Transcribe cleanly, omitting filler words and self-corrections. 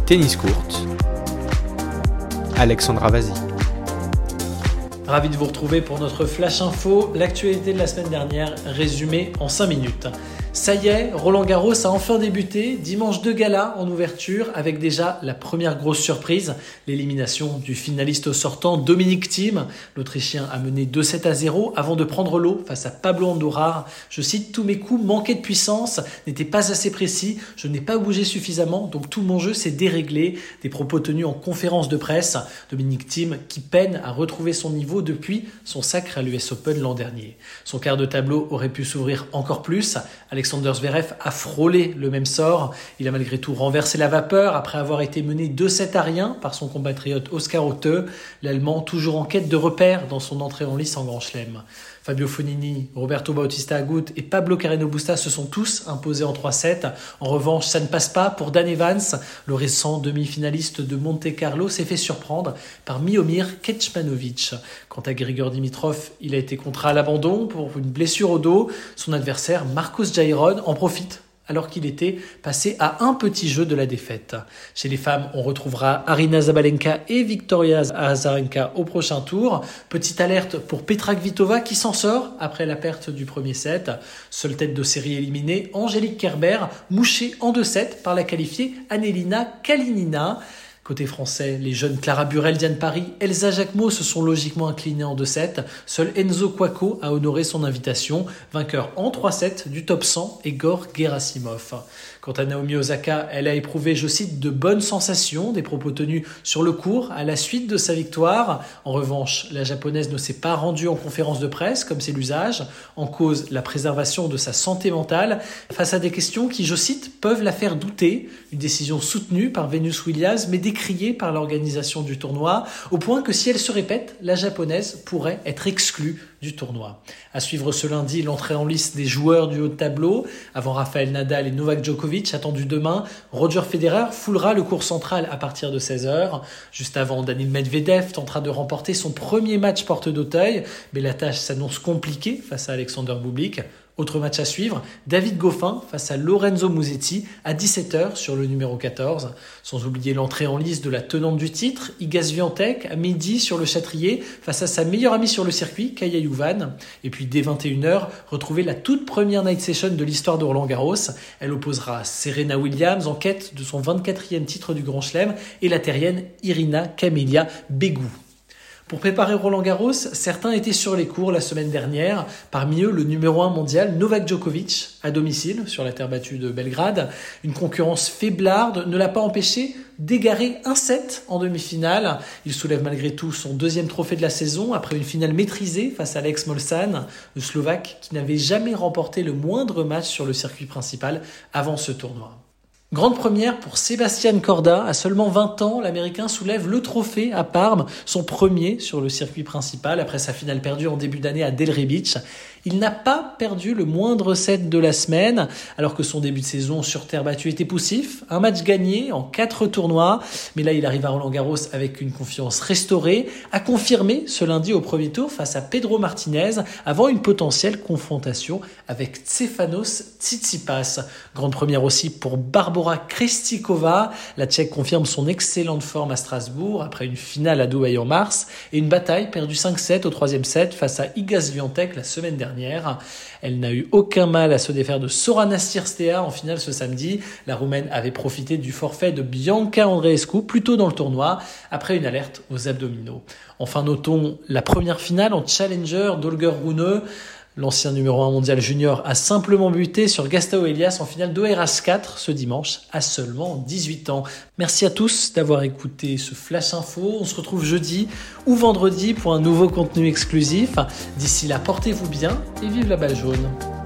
Tennis Court, Alexandra Vasi. Ravi de vous retrouver pour notre Flash Info, l'actualité de la semaine dernière résumée en 5 minutes. Ça y est, Roland Garros a enfin débuté, dimanche de gala en ouverture avec déjà la première grosse surprise, l'élimination du finaliste sortant Dominic Thiem. L'Autrichien a mené 2-7-0 avant de prendre l'eau face à Pablo Andujar. Je cite, tous mes coups manquaient de puissance, n'étaient pas assez précis, je n'ai pas bougé suffisamment, donc tout mon jeu s'est déréglé. Des propos tenus en conférence de presse. Dominic Thiem qui peine à retrouver son niveau depuis son sacre à l'US Open l'an dernier. Son quart de tableau aurait pu s'ouvrir encore plus. Alexander Zverev a frôlé le même sort. Il a malgré tout renversé la vapeur après avoir été mené 2-7-0 par son compatriote Oscar Otte. L'Allemand toujours en quête de repères dans son entrée en lice en Grand Chelem. Fabio Fognini, Roberto Bautista Agut et Pablo Carreño Busta se sont tous imposés en 3-7. En revanche, ça ne passe pas pour Dan Evans. Le récent demi-finaliste de Monte-Carlo s'est fait surprendre par Miomir Kecmanovic. Quant à Grigor Dimitrov, il a été contraint à l'abandon pour une blessure au dos. Son adversaire, Marcos Giron, en profite alors qu'il était passé à un petit jeu de la défaite. Chez les femmes, on retrouvera Aryna Sabalenka et Victoria Azarenka au prochain tour. Petite alerte pour Petra Kvitova qui s'en sort après la perte du premier set. Seule tête de série éliminée, Angélique Kerber, mouchée en 2-7 par la qualifiée Annelina Kalinina. Côté français, les jeunes Clara Burel, Diane Paris, Elsa Jacquemot se sont logiquement inclinés en 2-7. Seul Enzo Couacaud a honoré son invitation, vainqueur en 3-7 du top 100 Egor Gerasimov. Quant à Naomi Osaka, elle a éprouvé, je cite, de bonnes sensations, des propos tenus sur le court à la suite de sa victoire. En revanche, la japonaise ne s'est pas rendue en conférence de presse, comme c'est l'usage, en cause la préservation de sa santé mentale, face à des questions qui, je cite, peuvent la faire douter. Une décision soutenue par Venus Williams, mais décriée par l'organisation du tournoi, au point que si elle se répète, la japonaise pourrait être exclue du tournoi. À suivre ce lundi, l'entrée en lice des joueurs du haut de tableau. Avant Rafael Nadal et Novak Djokovic, attendu demain, Roger Federer foulera le court central à partir de 16h. Juste avant, Daniil Medvedev tentera de remporter son premier match porte d'Auteuil, mais la tâche s'annonce compliquée face à Alexander Bublik. Autre match à suivre, David Goffin face à Lorenzo Musetti à 17h sur le numéro 14. Sans oublier l'entrée en lice de la tenante du titre, Iga Swiatek à midi sur le Châtrier face à sa meilleure amie sur le circuit, Kaia Youvan. Et puis dès 21h, retrouvez la toute première night session de l'histoire de Roland Garros. Elle opposera Serena Williams en quête de son 24e titre du Grand Chelem et la terrienne Irina Camelia Begu. Pour préparer Roland Garros, certains étaient sur les cours la semaine dernière. Parmi eux, le numéro 1 mondial Novak Djokovic, à domicile, sur la terre battue de Belgrade. Une concurrence faiblarde ne l'a pas empêché d'égarer un set en demi-finale. Il soulève malgré tout son deuxième trophée de la saison après une finale maîtrisée face à Alex Molcan, le Slovaque qui n'avait jamais remporté le moindre match sur le circuit principal avant ce tournoi. Grande première pour Sebastian Korda. À seulement 20 ans, l'Américain soulève le trophée à Parme, son premier sur le circuit principal après sa finale perdue en début d'année à Delray Beach. Il n'a pas perdu le moindre set de la semaine, alors que son début de saison sur terre battue était poussif. Un match gagné en 4 tournois, mais là il arrive à Roland Garros avec une confiance restaurée, a confirmé ce lundi au premier tour face à Pedro Martinez, avant une potentielle confrontation avec Stefanos Tsitsipas. Grande première aussi pour Barbora Krejcikova. La Tchèque confirme son excellente forme à Strasbourg après une finale à Dubaï en mars et une bataille perdue 5-7 au 3e set face à Iga Swiatek la semaine dernière. Elle n'a eu aucun mal à se défaire de Sorana Cirstea en finale ce samedi. La Roumaine avait profité du forfait de Bianca Andreescu plus tôt dans le tournoi après une alerte aux abdominaux. Enfin, notons la première finale en challenger d'Holger Rune. L'ancien numéro 1 mondial junior a simplement buté sur Gustavo Elias en finale d'ORAS 4 ce dimanche à seulement 18 ans. Merci à tous d'avoir écouté ce Flash Info. On se retrouve jeudi ou vendredi pour un nouveau contenu exclusif. D'ici là, portez-vous bien et vive la balle jaune.